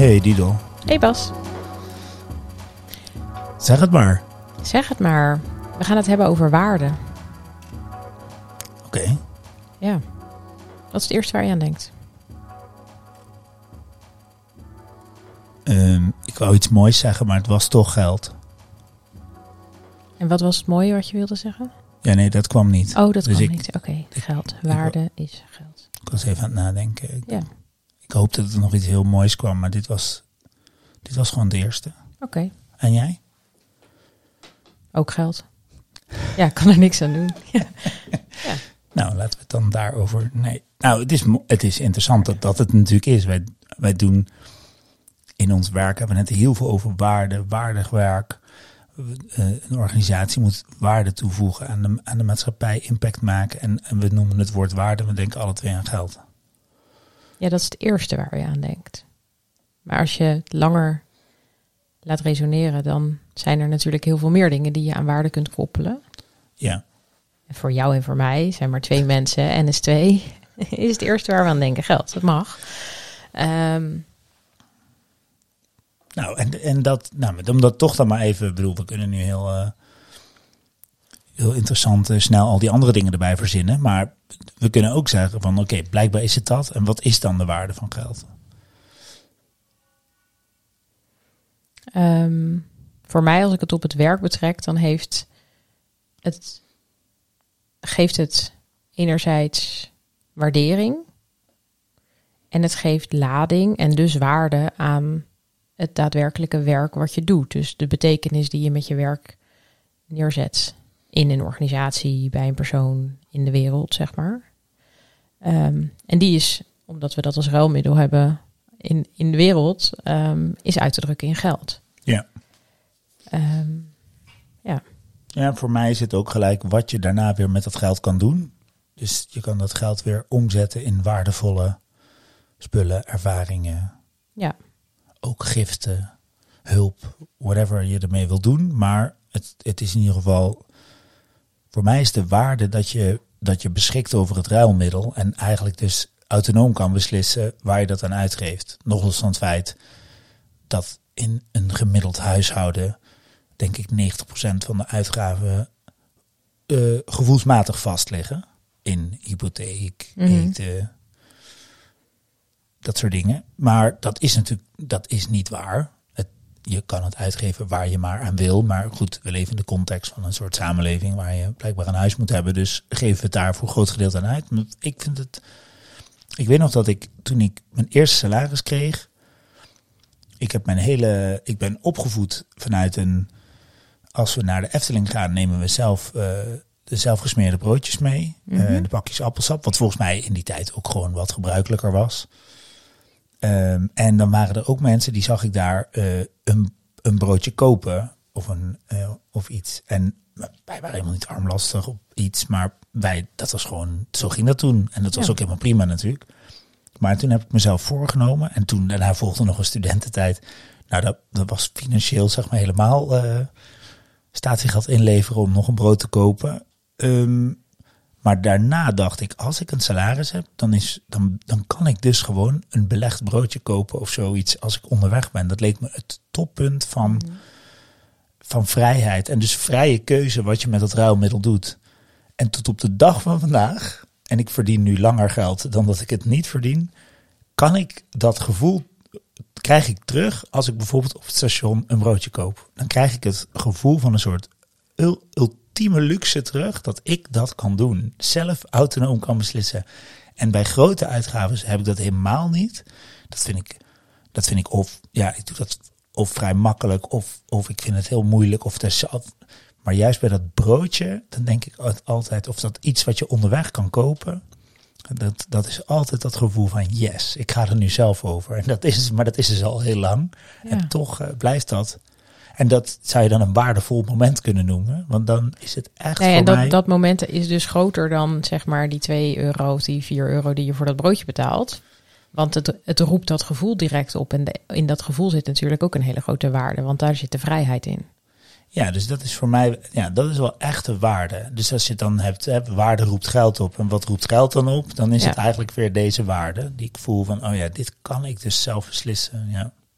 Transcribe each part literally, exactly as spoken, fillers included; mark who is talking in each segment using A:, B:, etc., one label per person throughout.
A: Hey Didel.
B: Hey Bas.
A: Zeg het maar.
B: Zeg het maar. We gaan het hebben over waarde.
A: Oké. Okay.
B: Ja. Wat is het eerste waar je aan denkt?
A: Um, ik wou iets moois zeggen, maar het was toch geld.
B: En wat was het mooie wat je wilde zeggen?
A: Ja, nee, dat kwam niet.
B: Oh, dat
A: dus
B: kwam
A: ik,
B: niet. Oké, okay. Geld. Waarde ik, is geld.
A: Ik was even aan het nadenken. Ik,
B: ja.
A: ik hoopte dat er nog iets heel moois kwam, maar dit was, dit was gewoon de eerste.
B: Oké. Okay.
A: En jij?
B: Ook geld. Ja, ik kan er niks aan doen. Ja. Ja.
A: Nou, laten we het dan daarover... Nee. Nou, het is, het is interessant dat, dat het natuurlijk is. Wij, wij doen in ons werk, hebben we net heel veel over waarde, waardig werk. Uh, een organisatie moet waarde toevoegen aan de, aan de maatschappij, impact maken. En, en we noemen het woord waarde, we denken alle twee aan geld.
B: Ja, dat is het eerste waar je aan denkt. Maar als je het langer laat resoneren, dan zijn er natuurlijk heel veel meer dingen die je aan waarde kunt koppelen.
A: Ja.
B: En voor jou en voor mij zijn maar twee mensen, N is twee, is het eerste waar we aan denken geld. Dat mag. Um,
A: Nou, en, en dat, nou, om dat toch dan maar even, bedoel, we kunnen nu heel, uh, heel interessant uh, snel al die andere dingen erbij verzinnen. Maar we kunnen ook zeggen van, oké, okay, blijkbaar is het dat. En wat is dan de waarde van geld?
B: Um, voor mij, als ik het op het werk betrek, dan heeft het, geeft het enerzijds waardering. En het geeft lading en dus waarde aan het daadwerkelijke werk wat je doet. Dus de betekenis die je met je werk neerzet. In een organisatie, bij een persoon, in de wereld, zeg maar. Um, en die is, omdat we dat als ruilmiddel hebben in, in de wereld, um, is uit te drukken in geld.
A: Ja.
B: Um, ja.
A: Ja, voor mij is het ook gelijk wat je daarna weer met dat geld kan doen. Dus je kan dat geld weer omzetten in waardevolle spullen, ervaringen.
B: Ja.
A: Ook giften, hulp, whatever je ermee wil doen. Maar het, het is in ieder geval... Voor mij is de waarde dat je, dat je beschikt over het ruilmiddel... en eigenlijk dus autonoom kan beslissen waar je dat aan uitgeeft. Nog los van het feit dat in een gemiddeld huishouden... denk ik negentig procent van de uitgaven uh, gevoelsmatig vastliggen. In hypotheek, mm-hmm. eten... Dat soort dingen. Maar dat is natuurlijk dat is niet waar. Het, je kan het uitgeven waar je maar aan wil. Maar goed, we leven in de context van een soort samenleving waar je blijkbaar een huis moet hebben. Dus geven we het daar voor een groot gedeelte aan uit. Maar ik vind het... Ik weet nog dat ik toen ik mijn eerste salaris kreeg... Ik heb mijn hele... Ik ben opgevoed vanuit een... Als we naar de Efteling gaan, nemen we zelf... Uh, de zelfgesmeerde broodjes mee. Mm-hmm. Uh, de bakjes appelsap. Wat volgens mij in die tijd ook gewoon wat gebruikelijker was. Um, en dan waren er ook mensen die zag ik daar uh, een, een broodje kopen of, een, uh, of iets. En wij waren helemaal niet armlastig op iets, maar wij, dat was gewoon, zo ging dat toen. En dat was ja. ook helemaal prima natuurlijk. Maar toen heb ik mezelf voorgenomen en toen daarna volgde nog een studententijd. Nou, dat, dat was financieel zeg maar helemaal uh, statiegeld inleveren om nog een brood te kopen. Um, Maar daarna dacht ik, als ik een salaris heb, dan, is, dan, dan kan ik dus gewoon een belegd broodje kopen of zoiets als ik onderweg ben. Dat leek me het toppunt van, mm. van vrijheid. En dus vrije keuze wat je met dat ruilmiddel doet. En tot op de dag van vandaag, en ik verdien nu langer geld dan dat ik het niet verdien, kan ik dat gevoel, krijg ik terug als ik bijvoorbeeld op het station een broodje koop. Dan krijg ik het gevoel van een soort ul- ultieme luxe terug dat ik dat kan doen. Zelf autonoom kan beslissen. En bij grote uitgaven heb ik dat helemaal niet. Dat vind ik, dat vind ik of, ja, ik doe dat of vrij makkelijk of, of ik vind het heel moeilijk. Of dat, maar juist bij dat broodje, dan denk ik altijd of dat iets wat je onderweg kan kopen. Dat, dat is altijd dat gevoel van yes, ik ga er nu zelf over. En dat is, maar dat is dus al heel lang. Ja. En toch uh, blijft dat. En dat zou je dan een waardevol moment kunnen noemen. Want dan is het echt nee, voor
B: en dat,
A: mij...
B: dat moment is dus groter dan zeg maar die twee euro of die vier euro die je voor dat broodje betaalt. Want het, het roept dat gevoel direct op. En de, in dat gevoel zit natuurlijk ook een hele grote waarde. Want daar zit de vrijheid in.
A: Ja, dus dat is voor mij, ja, dat is wel echt de waarde. Dus als je het dan hebt, hè, waarde roept geld op. En wat roept geld dan op? Dan is ja. het eigenlijk weer deze waarde die ik voel van, oh ja, dit kan ik dus zelf beslissen. Ja.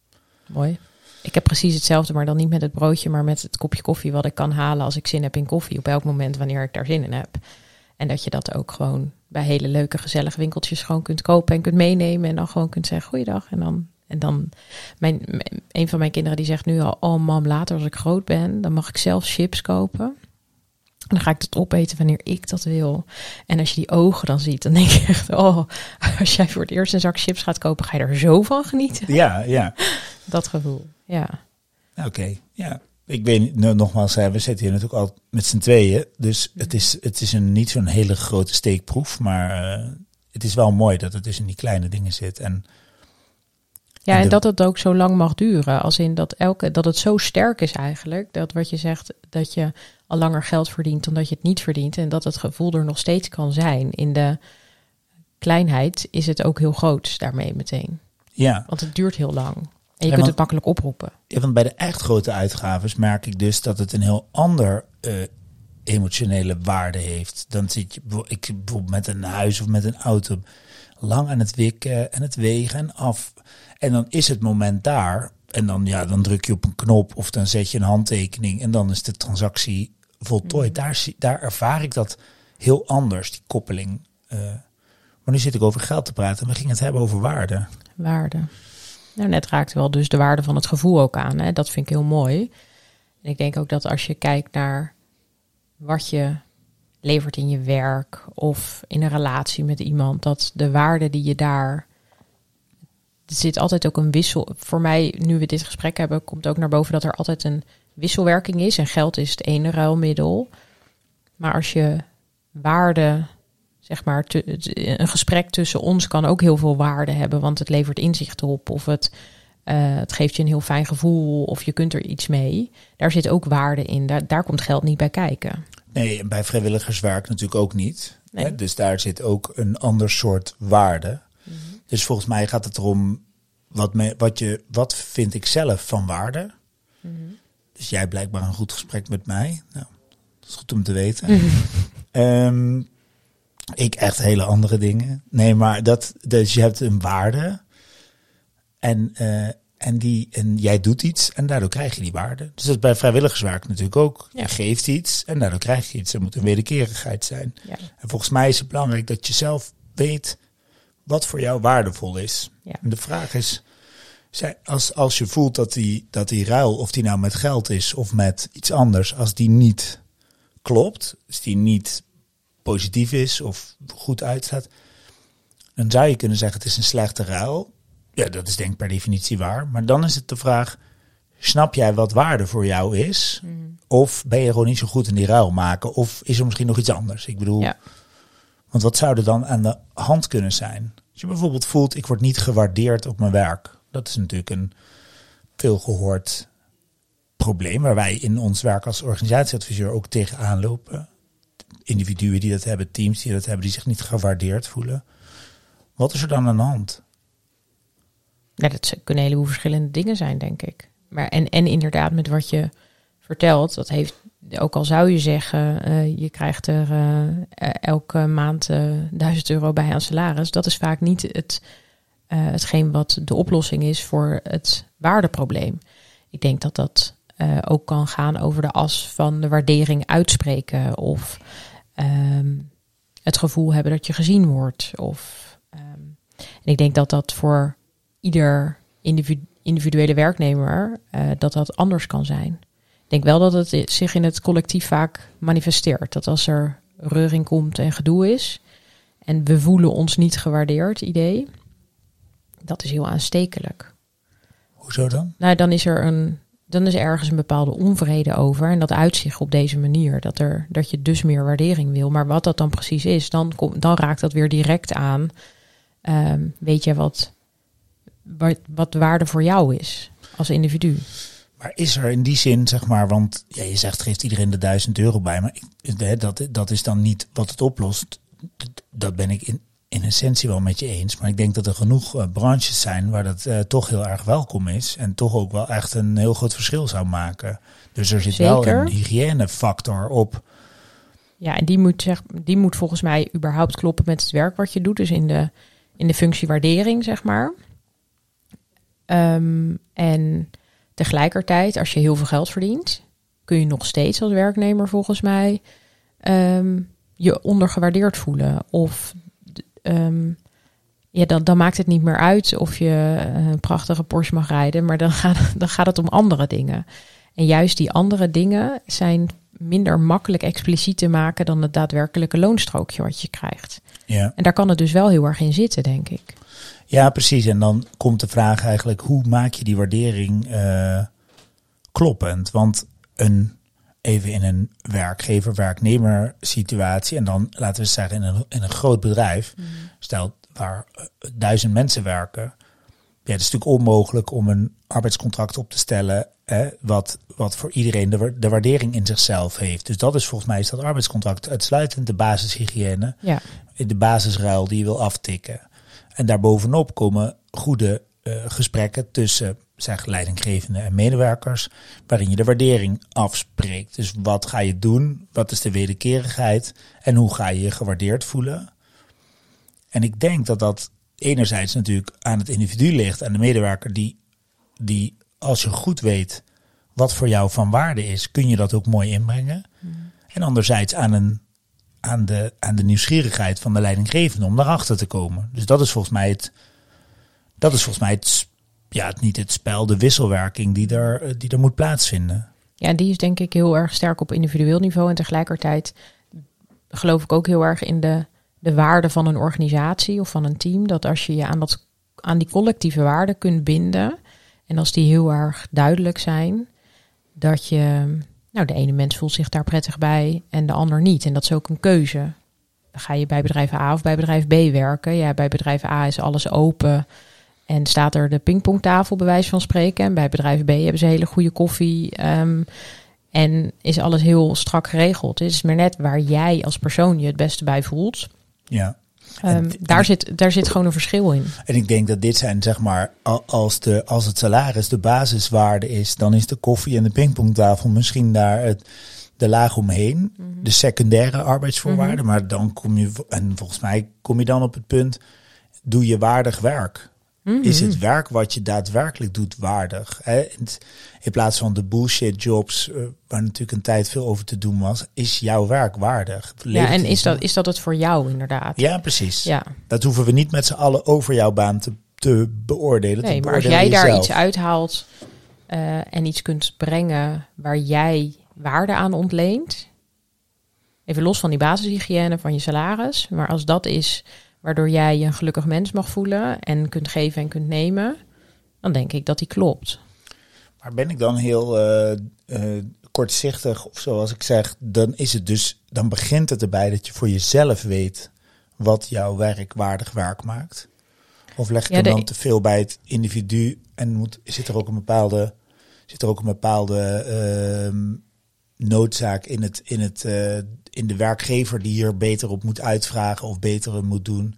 B: Mooi. Ik heb precies hetzelfde, maar dan niet met het broodje, maar met het kopje koffie wat ik kan halen als ik zin heb in koffie. Op elk moment wanneer ik daar zin in heb. En dat je dat ook gewoon bij hele leuke, gezellige winkeltjes gewoon kunt kopen en kunt meenemen. En dan gewoon kunt zeggen, goeiedag. En dan, en dan mijn, een van mijn kinderen die zegt nu al, oh mam, later als ik groot ben, dan mag ik zelf chips kopen. En dan ga ik het opeten wanneer ik dat wil. En als je die ogen dan ziet, dan denk je echt, oh, als jij voor het eerst een zak chips gaat kopen, ga je er zo van genieten.
A: Ja, ja.
B: Dat gevoel, ja.
A: Oké, okay, ja. Ik weet nou, nogmaals, we zitten hier natuurlijk al met z'n tweeën. Dus het is, het is een, niet zo'n hele grote steekproef. Maar uh, het is wel mooi dat het dus in die kleine dingen zit. En,
B: ja, en,
A: en de,
B: dat het ook zo lang mag duren. Als in dat, elke, dat het zo sterk is eigenlijk. Dat wat je zegt, dat je al langer geld verdient dan dat je het niet verdient. En dat het gevoel er nog steeds kan zijn. In de kleinheid is het ook heel groot daarmee meteen.
A: Ja.
B: Want het duurt heel lang. En je
A: ja,
B: kunt
A: want,
B: het makkelijk oproepen.
A: Ja, want bij de echt grote uitgaves merk ik dus dat het een heel ander uh, emotionele waarde heeft. Dan zit je ik, bijvoorbeeld met een huis of met een auto lang aan het wikken en het wegen en af. En dan is het moment daar. En dan, ja, dan druk je op een knop of dan zet je een handtekening en dan is de transactie voltooid. Mm. Daar, daar ervaar ik dat heel anders, die koppeling. Uh, maar nu zit ik over geld te praten en we gingen het hebben over waarde.
B: Waarde. Nou, net raakte wel dus de waarde van het gevoel ook aan. Hè? Dat vind ik heel mooi. En ik denk ook dat als je kijkt naar wat je levert in je werk of in een relatie met iemand, dat de waarde die je daar... Er zit altijd ook een wissel... Voor mij, nu we dit gesprek hebben, komt ook naar boven dat er altijd een wisselwerking is. En geld is het ene ruilmiddel. Maar als je waarde... Zeg maar, te, een gesprek tussen ons kan ook heel veel waarde hebben, want het levert inzicht op of het, uh, het geeft je een heel fijn gevoel of je kunt er iets mee. Daar zit ook waarde in. Daar, daar komt geld niet bij kijken.
A: Nee, en bij vrijwilligerswerk natuurlijk ook niet.
B: Nee.
A: Hè? Dus daar zit ook een ander soort waarde. Mm-hmm. Dus volgens mij gaat het erom, wat, me, wat, je, wat vind ik zelf van waarde? Mm-hmm. Dus jij blijkbaar een goed gesprek met mij. Nou, dat is goed om te weten. Mm-hmm. um, Ik echt hele andere dingen. Nee, maar dat, dus je hebt een waarde. En, uh, en, die, en jij doet iets en daardoor krijg je die waarde. Dus dat is bij vrijwilligerswerk natuurlijk ook. Ja. Je geeft iets en daardoor krijg je iets. Er moet een wederkerigheid zijn. Ja. En volgens mij is het belangrijk dat je zelf weet wat voor jou waardevol is. Ja. En de vraag is, als, als je voelt dat die, dat die ruil, of die nou met geld is of met iets anders, als die niet klopt, als die niet positief is of goed uitstaat, dan zou je kunnen zeggen het is een slechte ruil. Ja, dat is denk ik per definitie waar. Maar dan is het de vraag, snap jij wat waarde voor jou is? Mm. Of ben je gewoon niet zo goed in die ruil maken? Of is er misschien nog iets anders? Ik bedoel, ja. Want wat zou er dan aan de hand kunnen zijn? Als je bijvoorbeeld voelt, ik word niet gewaardeerd op mijn werk. Dat is natuurlijk een veel gehoord probleem waar wij in ons werk als organisatieadviseur ook tegenaan lopen. Individuen die dat hebben, teams die dat hebben, die zich niet gewaardeerd voelen. Wat is er dan aan de hand?
B: Ja, dat kunnen een heleboel verschillende dingen zijn, denk ik. Maar en, en inderdaad, met wat je vertelt, dat heeft, ook al zou je zeggen, uh, je krijgt er uh, elke maand uh, duizend euro bij aan salaris. Dat is vaak niet het, uh, hetgeen wat de oplossing is voor het waardeprobleem. Ik denk dat dat uh, ook kan gaan over de as van de waardering uitspreken of um, het gevoel hebben dat je gezien wordt. Of, um, en ik denk dat dat voor ieder individu- individuele werknemer uh, dat dat anders kan zijn. Ik denk wel dat het zich in het collectief vaak manifesteert. Dat als er reuring komt en gedoe is en we voelen ons niet gewaardeerd idee, dat is heel aanstekelijk.
A: Hoezo dan?
B: Nou, dan is er een, dan is ergens een bepaalde onvrede over en dat uit zich op deze manier. Dat, er, dat je dus meer waardering wil. Maar wat dat dan precies is, dan, kom, dan raakt dat weer direct aan. Um, weet je wat, wat, wat waarde voor jou is als individu?
A: Maar is er in die zin, zeg maar, want ja, je zegt geeft iedereen de duizend euro bij, maar ik, dat, dat is dan niet wat het oplost. Dat ben ik in, in essentie wel met je eens. Maar ik denk dat er genoeg uh, branches zijn waar dat uh, toch heel erg welkom is. En toch ook wel echt een heel groot verschil zou maken. Dus er zit Zeker. wel een hygiënefactor op.
B: Ja, en die moet, zeg, die moet volgens mij überhaupt kloppen met het werk wat je doet. Dus in de, in de functie waardering, zeg maar. Um, en tegelijkertijd, als je heel veel geld verdient, kun je nog steeds als werknemer volgens mij um, je ondergewaardeerd voelen. Of um, ja, dan, dan maakt het niet meer uit of je een prachtige Porsche mag rijden, maar dan gaat, dan gaat het om andere dingen. En juist die andere dingen zijn minder makkelijk expliciet te maken dan het daadwerkelijke loonstrookje wat je krijgt.
A: Ja.
B: En daar kan het dus wel heel erg in zitten, denk ik.
A: Ja, precies. En dan komt de vraag eigenlijk, hoe maak je die waardering uh, kloppend? Want een, even in een werkgever-werknemer situatie, en dan laten we zeggen in een, in een groot bedrijf, mm. stel waar uh, duizend mensen werken, ja, het is natuurlijk onmogelijk om een arbeidscontract op te stellen hè, wat, wat voor iedereen de, de waardering in zichzelf heeft. Dus dat is volgens mij is dat arbeidscontract uitsluitend de basishygiëne,
B: ja.
A: de basisruil die je wil aftikken. En daarbovenop komen goede uh, gesprekken tussen zeg, leidinggevenden en medewerkers, waarin je de waardering afspreekt. Dus wat ga je doen? Wat is de wederkerigheid? En hoe ga je je gewaardeerd voelen? En ik denk dat dat enerzijds natuurlijk aan het individu ligt, aan de medewerker, die, die als je goed weet wat voor jou van waarde is, kun je dat ook mooi inbrengen. Mm. En anderzijds aan een Aan de, aan de nieuwsgierigheid van de leidinggevende om daarachter te komen. Dus dat is volgens mij het, dat is volgens mij het, ja, niet het spel, de wisselwerking die er, die er moet plaatsvinden.
B: Ja, die is denk ik heel erg sterk op individueel niveau. En tegelijkertijd geloof ik ook heel erg in de, de waarde van een organisatie of van een team. Dat als je je aan, dat, aan die collectieve waarden kunt binden, en als die heel erg duidelijk zijn, dat je... Nou, de ene mens voelt zich daar prettig bij en de ander niet. En dat is ook een keuze. Dan ga je bij bedrijf A of bij bedrijf B werken. Ja, bij bedrijf A is alles open en staat er de pingpongtafel bij wijze van spreken. En bij bedrijf B hebben ze hele goede koffie um, en is alles heel strak geregeld. Het is maar net waar jij als persoon je het beste bij voelt.
A: Ja.
B: Um,
A: en,
B: daar,
A: en,
B: zit, daar zit gewoon een verschil in.
A: En ik denk dat dit zijn, zeg maar, als, de, als het salaris de basiswaarde is, dan is de koffie en de pingpongtafel misschien daar het, de laag omheen. Mm-hmm. De secundaire arbeidsvoorwaarden. Mm-hmm. Maar dan kom je, en volgens mij kom je dan op het punt, doe je waardig werk. Mm-hmm. Is het werk wat je daadwerkelijk doet waardig? Hè? In plaats van de bullshit jobs, uh, waar natuurlijk een tijd veel over te doen was, is jouw werk waardig?
B: Ja, en is dat, is dat het voor jou inderdaad?
A: Ja, precies.
B: Ja.
A: Dat hoeven we niet met z'n allen over jouw baan te, te beoordelen.
B: Nee,
A: te
B: maar als jij jezelf. daar iets uithaalt uh, en iets kunt brengen waar jij waarde aan ontleent, even los van die basishygiëne van je salaris, maar als dat is waardoor jij je een gelukkig mens mag voelen en kunt geven en kunt nemen, dan denk ik dat die klopt.
A: Maar ben ik dan heel uh, uh, kortzichtig of zoals ik zeg, dan is het dus, dan begint het erbij dat je voor jezelf weet wat jouw werk waardig werk maakt? Of leg ik ja, hem dan te veel bij het individu en moet, zit er ook een bepaalde, zit er ook een bepaalde uh, noodzaak in het, in het, uh, in de werkgever die hier beter op moet uitvragen of beter moet doen?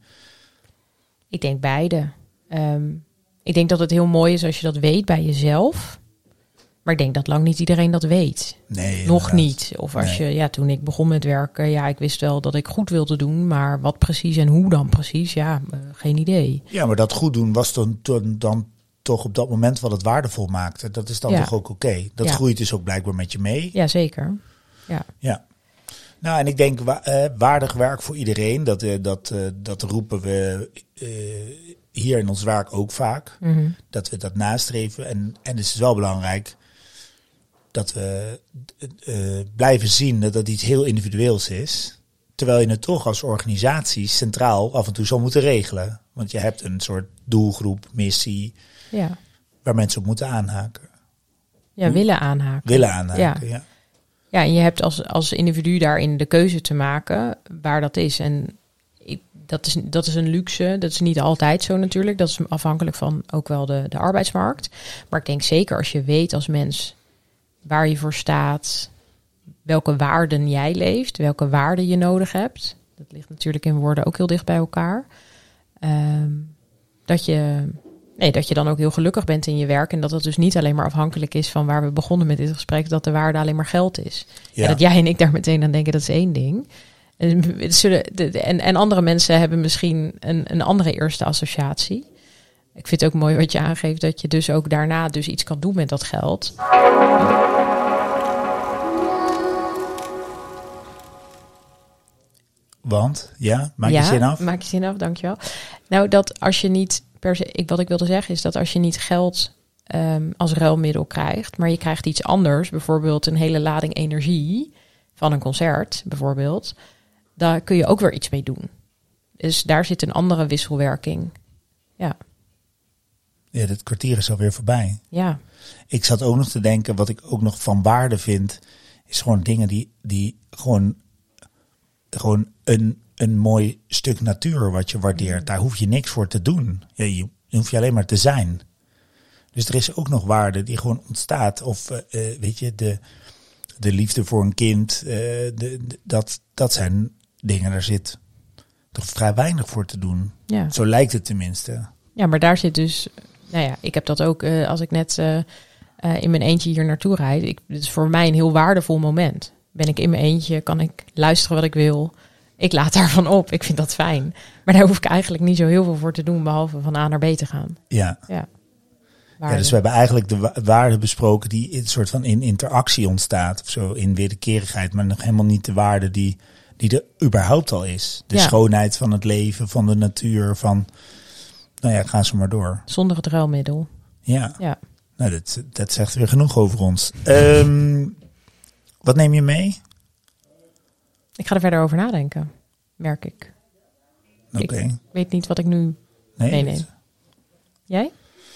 B: Ik denk beide. Um, ik denk dat het heel mooi is als je dat weet bij jezelf. Maar ik denk dat lang niet iedereen dat weet.
A: Nee,
B: nog niet. Of als
A: nee.
B: je, ja, toen ik begon met werken, ja, ik wist wel dat ik goed wilde doen, maar wat precies en hoe dan precies, ja, uh, geen idee.
A: Ja, maar dat goed doen was dan, dan, dan toch op dat moment wat het waardevol maakte. Dat is dan ja. toch ook oké. Okay. Dat ja. groeit dus ook blijkbaar met je mee.
B: Ja, zeker. Ja.
A: Ja. Nou, en ik denk wa- uh, waardig werk voor iedereen. Dat, uh, dat, uh, dat roepen we uh, hier in ons werk ook vaak.
B: Mm-hmm.
A: Dat we dat nastreven. En, en het is wel belangrijk dat we uh, blijven zien dat dat iets heel individueels is. Terwijl je het toch als organisatie centraal af en toe zal moeten regelen. Want je hebt een soort doelgroep, missie,
B: ja.
A: waar mensen op moeten aanhaken.
B: Ja, willen aanhaken.
A: Willen aanhaken, ja.
B: ja. Ja, en je hebt als, als individu daarin de keuze te maken waar dat is. En ik, dat, is, dat is een luxe. Dat is niet altijd zo natuurlijk. Dat is afhankelijk van ook wel de, de arbeidsmarkt. Maar ik denk zeker als je weet als mens waar je voor staat, welke waarden jij leeft, welke waarden je nodig hebt. Dat ligt natuurlijk in woorden ook heel dicht bij elkaar. Um, dat je... Nee, dat je dan ook heel gelukkig bent in je werk. En dat het dus niet alleen maar afhankelijk is van waar we begonnen met dit gesprek, dat de waarde alleen maar geld is. Ja. En dat jij en ik daar meteen aan denken, dat is één ding. En, zullen, de, en, en andere mensen hebben misschien een, een andere eerste associatie. Ik vind het ook mooi wat je aangeeft, dat je dus ook daarna dus iets kan doen met dat geld.
A: Want, ja, maak
B: ja,
A: je zin af?
B: maak je zin af, dankjewel. Nou, dat als je niet per se... Ik, wat ik wilde zeggen is dat als je niet geld um, als ruilmiddel krijgt, maar je krijgt iets anders, bijvoorbeeld een hele lading energie van een concert, bijvoorbeeld, daar kun je ook weer iets mee doen. Dus daar zit een andere wisselwerking. Ja.
A: Ja, dit kwartier is alweer voorbij.
B: Ja.
A: Ik zat ook nog te denken, wat ik ook nog van waarde vind, is gewoon dingen die, die gewoon, gewoon een, een mooi stuk natuur wat je waardeert. Daar hoef je niks voor te doen. Ja, je, je hoeft je alleen maar te zijn. Dus er is ook nog waarde die gewoon ontstaat. Of uh, weet je, de, de liefde voor een kind, uh, de, de, dat, dat zijn dingen, daar zit toch vrij weinig voor te doen.
B: Ja.
A: Zo lijkt het tenminste.
B: Ja, maar daar zit dus... Nou ja, ik heb dat ook uh, als ik net uh, uh, in mijn eentje hier naartoe rijd. Ik, dit is voor mij een heel waardevol moment. Ben ik in mijn eentje, kan ik luisteren wat ik wil. Ik laat daarvan op, ik vind dat fijn. Maar daar hoef ik eigenlijk niet zo heel veel voor te doen, behalve van A naar B te gaan.
A: Ja.
B: Ja,
A: ja, dus we hebben eigenlijk de wa- waarde besproken die in een soort van in interactie ontstaat. Of zo, in wederkerigheid, maar nog helemaal niet de waarde die, die er überhaupt al is. De
B: ja.
A: schoonheid van het leven, van de natuur, van... Nou ja, gaan ze maar door.
B: Zonder het ruilmiddel.
A: Ja,
B: ja.
A: Nou, dat, dat zegt weer genoeg over ons. Um, wat neem je mee?
B: Ik ga er verder over nadenken, merk ik.
A: Oké. Okay.
B: Ik weet niet wat ik nu
A: nee,
B: meeneem.
A: Dat...
B: Jij?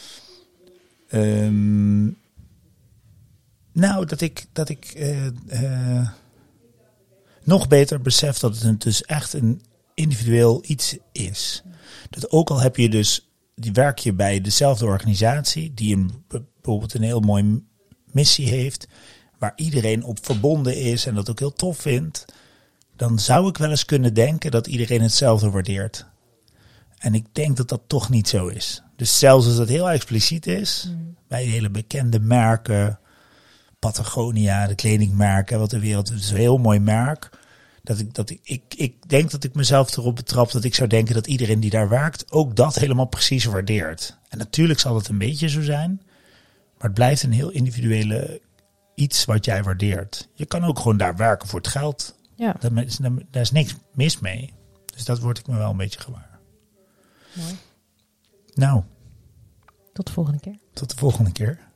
A: Um, nou, dat ik, dat ik uh, uh, nog beter besef dat het dus echt een individueel iets is. Dat ook al heb je dus, die werk je bij dezelfde organisatie, die een, bijvoorbeeld een heel mooie missie heeft, waar iedereen op verbonden is en dat ook heel tof vindt, dan zou ik wel eens kunnen denken dat iedereen hetzelfde waardeert. En ik denk dat dat toch niet zo is. Dus zelfs als het heel expliciet is, mm. bij hele bekende merken, Patagonia, de kledingmerken, wat de wereld, het is een heel mooi merk. Dat ik, dat ik, ik, ik denk dat ik mezelf erop betrap dat ik zou denken dat iedereen die daar werkt ook dat helemaal precies waardeert. En natuurlijk zal het een beetje zo zijn, maar het blijft een heel individuele iets wat jij waardeert. Je kan ook gewoon daar werken voor het geld.
B: Ja.
A: Daar is, daar is niks mis mee. Dus dat word ik me wel een beetje gewaar.
B: Mooi.
A: Nou.
B: Tot de volgende keer.
A: Tot de volgende keer.